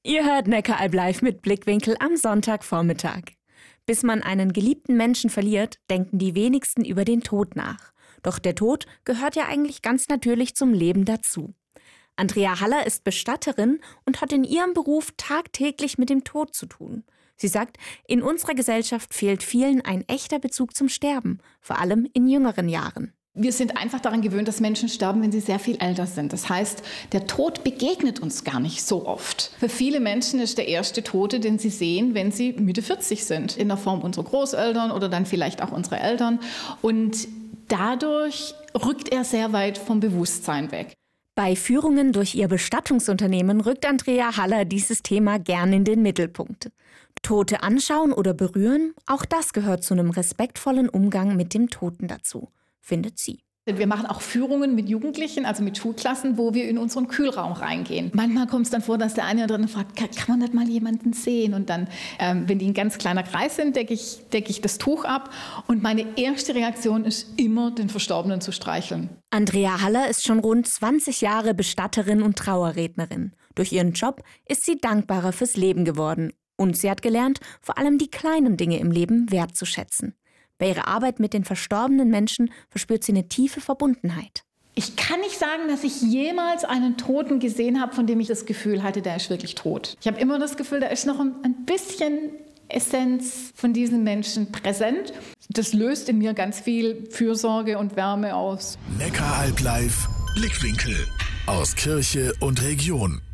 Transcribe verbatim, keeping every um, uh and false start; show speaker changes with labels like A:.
A: Ihr hört Neckaralb live mit Blickwinkel am Sonntagvormittag. Bis man einen geliebten Menschen verliert, denken die wenigsten über den Tod nach. Doch der Tod gehört ja eigentlich ganz natürlich zum Leben dazu. Andrea Haller ist Bestatterin und hat in ihrem Beruf tagtäglich mit dem Tod zu tun. Sie sagt, in unserer Gesellschaft fehlt vielen ein echter Bezug zum Sterben, vor allem in jüngeren Jahren.
B: Wir sind einfach daran gewöhnt, dass Menschen sterben, wenn sie sehr viel älter sind. Das heißt, der Tod begegnet uns gar nicht so oft. Für viele Menschen ist der erste Tote, den sie sehen, wenn sie Mitte vierzig sind. In der Form unserer Großeltern oder dann vielleicht auch unsere Eltern. Und dadurch rückt er sehr weit vom Bewusstsein weg.
A: Bei Führungen durch ihr Bestattungsunternehmen rückt Andrea Haller dieses Thema gern in den Mittelpunkt. Tote anschauen oder berühren, auch das gehört zu einem respektvollen Umgang mit dem Toten dazu, findet sie.
B: Wir machen auch Führungen mit Jugendlichen, also mit Schulklassen, wo wir in unseren Kühlraum reingehen. Manchmal kommt es dann vor, dass der eine oder andere fragt, kann, kann man nicht mal jemanden sehen? Und dann, ähm, wenn die ein ganz kleiner Kreis sind, decke ich, decke ich das Tuch ab. Und meine erste Reaktion ist immer, den Verstorbenen zu streicheln.
A: Andrea Haller ist schon rund zwanzig Jahre Bestatterin und Trauerrednerin. Durch ihren Job ist sie dankbarer fürs Leben geworden. Und sie hat gelernt, vor allem die kleinen Dinge im Leben wertzuschätzen. Bei ihrer Arbeit mit den verstorbenen Menschen verspürt sie eine tiefe Verbundenheit.
B: Ich kann nicht sagen, dass ich jemals einen Toten gesehen habe, von dem ich das Gefühl hatte, der ist wirklich tot. Ich habe immer das Gefühl, da ist noch ein bisschen Essenz von diesen Menschen präsent. Das löst in mir ganz viel Fürsorge und Wärme aus.
C: Neckaralb live, Blickwinkel aus Kirche und Region.